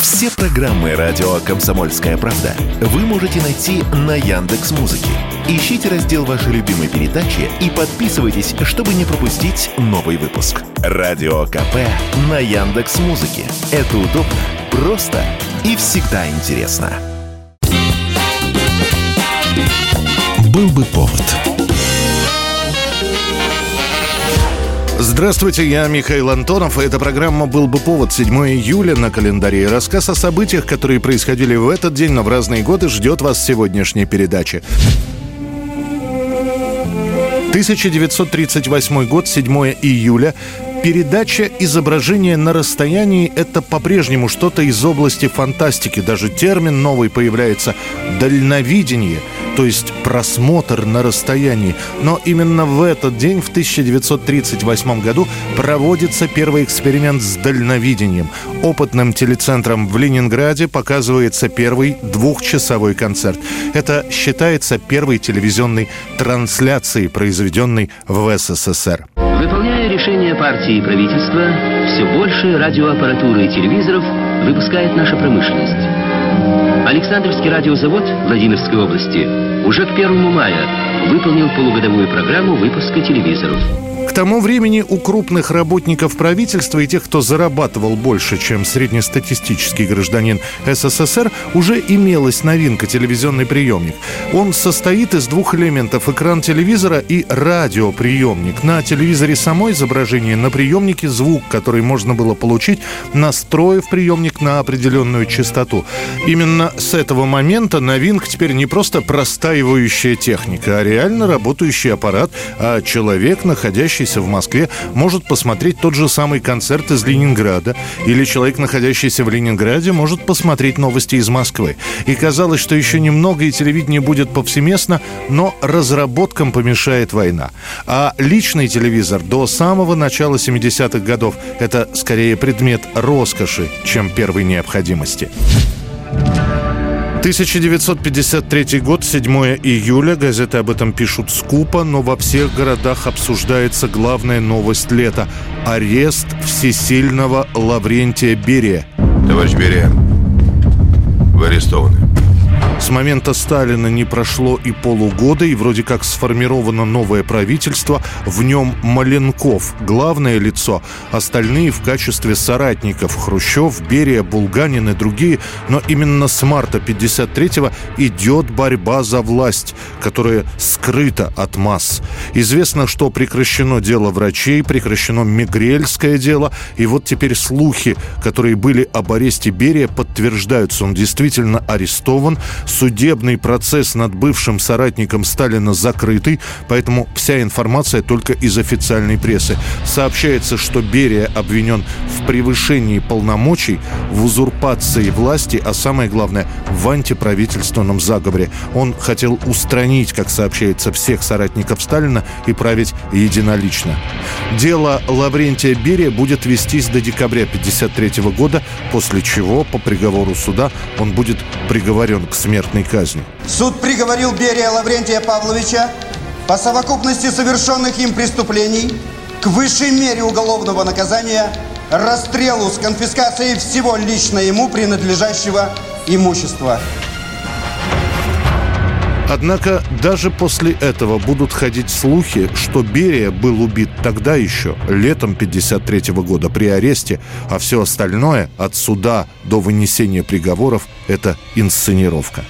Все программы радио «Комсомольская правда» вы можете найти на Яндекс.Музыке. Ищите раздел вашей любимой передачи и подписывайтесь, чтобы не пропустить новый выпуск. Радио КП на Яндекс.Музыке. Это удобно, просто и всегда интересно. Был бы повод. Здравствуйте, я Михаил Антонов, и эта программа «Был бы повод». 7 июля на календаре. Рассказ о событиях, которые происходили в этот день, но в разные годы, ждет вас в сегодняшней передаче. 1938 год, 7 июля. Передача изображения на расстоянии – это по-прежнему что-то из области фантастики. Даже термин новый появляется – дальновидение, то есть просмотр на расстоянии. Но именно в этот день, в 1938 году, проводится первый эксперимент с дальновидением. Опытным телецентром в Ленинграде показывается первый двухчасовой концерт. Это считается первой телевизионной трансляцией, произведенной в СССР. Выполняя решения партии и правительства, все больше радиоаппаратуры и телевизоров выпускает наша промышленность. Александровский радиозавод Владимирской области уже к 1 мая выполнил полугодовую программу выпуска телевизоров. К тому времени у крупных работников правительства и тех, кто зарабатывал больше, чем среднестатистический гражданин СССР, уже имелась новинка — телевизионный приемник. Он состоит из двух элементов: экран телевизора и радиоприемник. На телевизоре само изображение, на приемнике звук, который можно было получить, настроив приемник на определенную частоту. Именно с этого момента новинка теперь не просто простаивающая техника, а реально работающий аппарат, а человек, находящийся в Москве, может посмотреть тот же самый концерт из Ленинграда, или человек, находящийся в Ленинграде, может посмотреть новости из Москвы. И казалось, что еще немного, и телевидение будет повсеместно, но разработкам помешает война. А личный телевизор до самого начала 70-х годов – это скорее предмет роскоши, чем первой необходимости. 1953 год, 7 июля. Газеты об этом пишут скупо, но во всех городах обсуждается главная новость лета – арест всесильного Лаврентия Берия. Товарищ Берия, вы арестованы. С момента Сталина не прошло и полугода, и вроде как сформировано новое правительство. В нем Маленков – главное лицо, остальные в качестве соратников: Хрущев, Берия, Булганин и другие. Но именно с марта 1953-го идет борьба за власть, которая скрыта от масс. Известно, что прекращено дело врачей, прекращено Мегрельское дело, и вот теперь слухи, которые были об аресте Берия, подтверждаются. Он действительно арестован. Судебный процесс над бывшим соратником Сталина закрытый, поэтому вся информация только из официальной прессы. Сообщается, что Берия обвинен в превышении полномочий, в узурпации власти, а самое главное – в антиправительственном заговоре. Он хотел устранить, как сообщается, всех соратников Сталина и править единолично. Дело Лаврентия Берия будет вестись до декабря 1953 года, после чего, по приговору суда, он будет приговорен к смертной казни. Суд приговорил Берия Лаврентия Павловича по совокупности совершенных им преступлений к высшей мере уголовного наказания – расстрелу с конфискацией всего лично ему принадлежащего имущества. Однако даже после этого будут ходить слухи, что Берия был убит тогда еще, летом 1953 года, при аресте, а все остальное, от суда до вынесения приговоров, это инсценировка.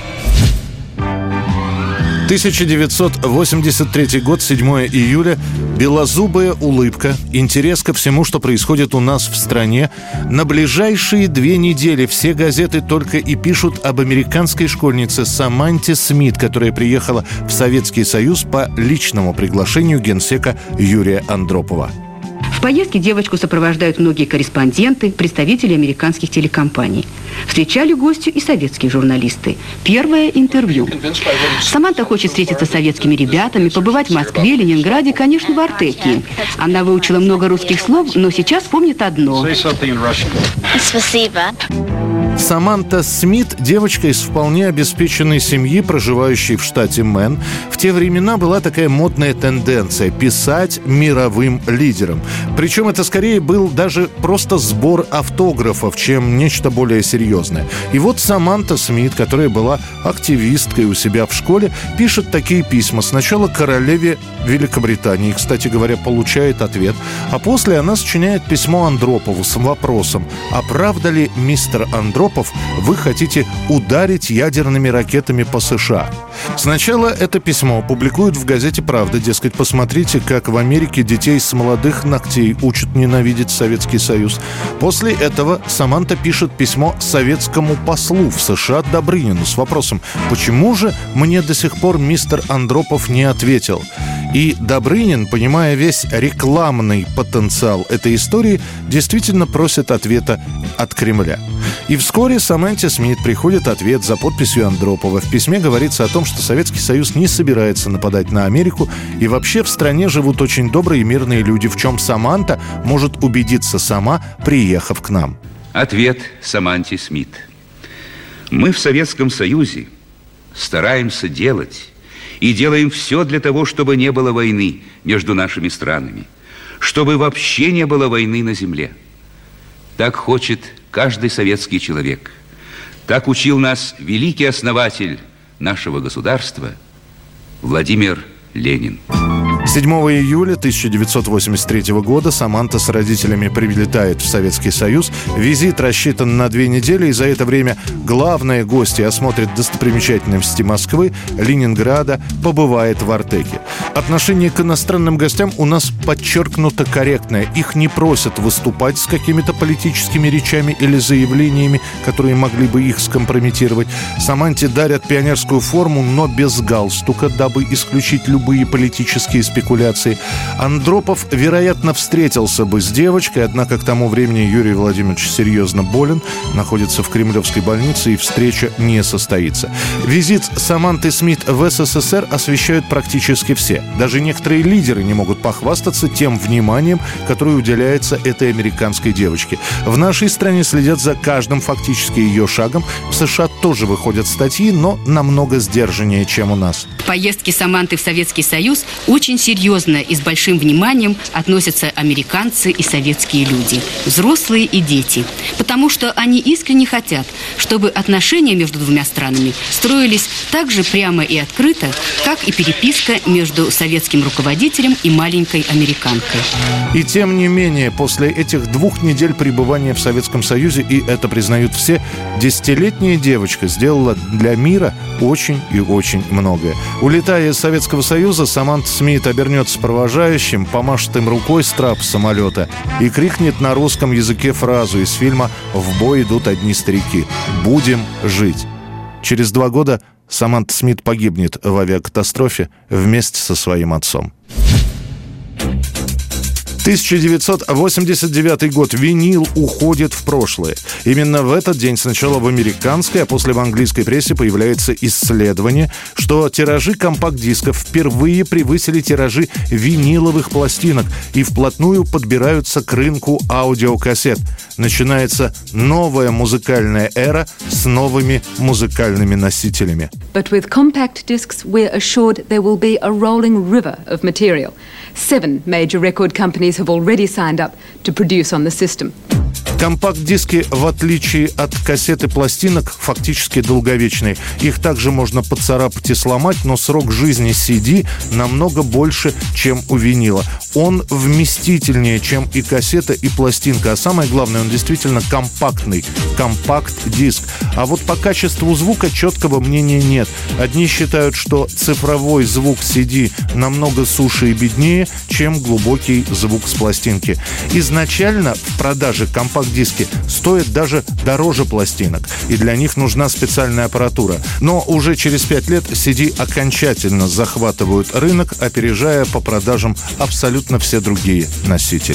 1983 год, 7 июля. Белозубая улыбка, интерес ко всему, что происходит у нас в стране. На ближайшие 2 недели все газеты только и пишут об американской школьнице Саманте Смит, которая приехала в Советский Союз по личному приглашению генсека Юрия Андропова. В поездке девочку сопровождают многие корреспонденты, представители американских телекомпаний. Встречали гостью и советские журналисты. Первое интервью. Саманта хочет встретиться с советскими ребятами, побывать в Москве, Ленинграде, конечно, в Артеке. Она выучила много русских слов, но сейчас помнит одно. Спасибо. Саманта Смит, девочка из вполне обеспеченной семьи, проживающей в штате Мэн. В те времена была такая модная тенденция – писать мировым лидерам. Причем это скорее был даже просто сбор автографов, чем нечто более серьезное. И вот Саманта Смит, которая была активисткой у себя в школе, пишет такие письма. Сначала королеве Великобритании, кстати говоря, получает ответ, а после она сочиняет письмо Андропову с вопросом: а правда ли, мистер Андропов, вы хотите ударить ядерными ракетами по США? Сначала это письмо публикуют в газете «Правда», дескать, посмотрите, как в Америке детей с молодых ногтей учат ненавидеть Советский Союз. После этого Саманта пишет письмо советскому послу в США Добрынину с вопросом: почему же мне до сих пор мистер Андропов не ответил? И Добрынин, понимая весь рекламный потенциал этой истории, действительно просит ответа от Кремля. И вскоре Саманте Смит приходит ответ за подписью Андропова. В письме говорится о том, что Советский Союз не собирается нападать на Америку, и вообще в стране живут очень добрые и мирные люди, в чем Саманта может убедиться сама, приехав к нам. Ответ Саманте Смит. Мы в Советском Союзе стараемся делать и делаем все для того, чтобы не было войны между нашими странами, чтобы вообще не было войны на земле. Так хочет каждый советский человек. Так учил нас великий основатель нашего государства Владимир Ленин. 7 июля 1983 года Саманта с родителями прилетает в Советский Союз. Визит рассчитан на 2 недели, и за это время главные гости осмотрят достопримечательности Москвы, Ленинграда, побывает в Артеке. Отношение к иностранным гостям у нас подчеркнуто корректное. Их не просят выступать с какими-то политическими речами или заявлениями, которые могли бы их скомпрометировать. Саманте дарят пионерскую форму, но без галстука, дабы исключить любые политические спекуляции. Андропов, вероятно, встретился бы с девочкой, однако к тому времени Юрий Владимирович серьезно болен, находится в Кремлевской больнице, и встреча не состоится. Визит Саманты Смит в СССР освещают практически все. Даже некоторые лидеры не могут похвастаться тем вниманием, которое уделяется этой американской девочке. В нашей стране следят за каждым фактически ее шагом. В США тоже выходят статьи, но намного сдержаннее, чем у нас. Поездки Саманты в Советский Союз очень серьезно и с большим вниманием относятся американцы и советские люди, взрослые и дети, потому что они искренне хотят, чтобы отношения между двумя странами строились так же прямо и открыто, как и переписка между советским руководителем и маленькой американкой. И тем не менее, после этих 2 недель пребывания в Советском Союзе, и это признают все, 10-летняя девочка сделала для мира очень и очень многое. Улетая из Советского Союза, Саманта Смит обернется провожающим, помашет им рукой с трапа самолета и крикнет на русском языке фразу из фильма «В бой идут одни старики» «Будем жить». Через 2 года Саманта Смит погибнет в авиакатастрофе вместе со своим отцом. 1989 год. Винил уходит в прошлое. Именно в этот день сначала в американской, а после в английской прессе появляется исследование, что тиражи компакт-дисков впервые превысили тиражи виниловых пластинок и вплотную подбираются к рынку аудиокассет. Начинается новая музыкальная эра с новыми музыкальными носителями. But with compact discs, we're assured there will be a rolling river of material. 7 major record companies have already signed up to produce on the system. Компакт-диски, в отличие от кассет и пластинок, фактически долговечные. Их также можно поцарапать и сломать, но срок жизни CD намного больше, чем у винила. Он вместительнее, чем и кассета, и пластинка. А самое главное, он действительно компактный. Компакт-диск. А вот по качеству звука четкого мнения нет. Одни считают, что цифровой звук CD намного суше и беднее, чем глубокий звук с пластинки. Изначально в продаже компакт-диски стоят даже дороже пластинок, и для них нужна специальная аппаратура. Но уже через 5 лет CD окончательно захватывают рынок, опережая по продажам абсолютно все другие носители.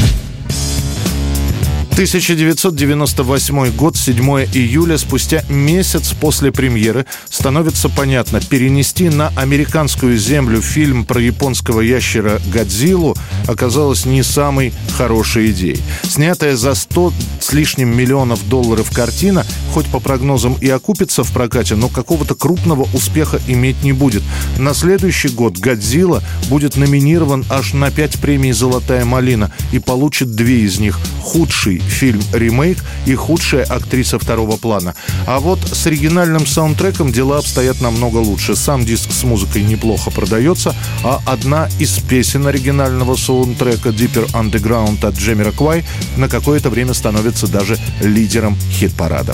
1998 год, 7 июля, спустя месяц после премьеры, становится понятно, перенести на американскую землю фильм про японского ящера Годзиллу оказалось не самой хорошей идеей. Снятая за 100 с лишним миллионов долларов картина хоть по прогнозам и окупится в прокате, но какого-то крупного успеха иметь не будет. На следующий год «Годзилла» будет номинирован аж на 5 премий «Золотая малина» и получит 2 из них – худший фильм-ремейк и худшая актриса второго плана. А вот с оригинальным саундтреком дела обстоят намного лучше. Сам диск с музыкой неплохо продается, а одна из песен оригинального саундтрека «Deeper Underground» от Jamiroquai на какое-то время становится даже лидером хит-парадов.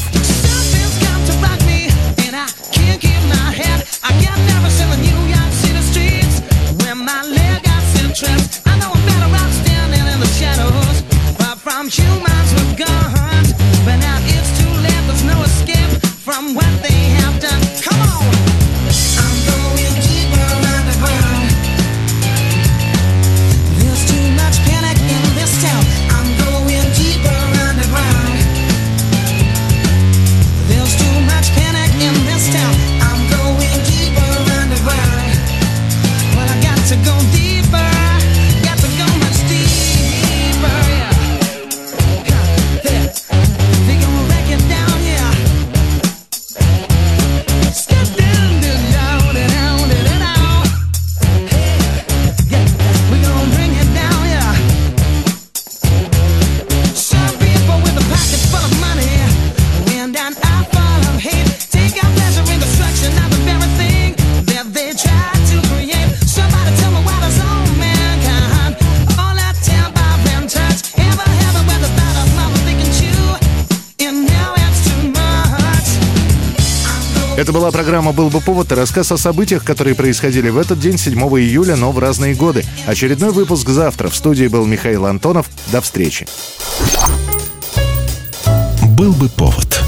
Это была программа «Был бы повод» и рассказ о событиях, которые происходили в этот день, 7 июля, но в разные годы. Очередной выпуск завтра. В студии был Михаил Антонов. До встречи. «Был бы повод».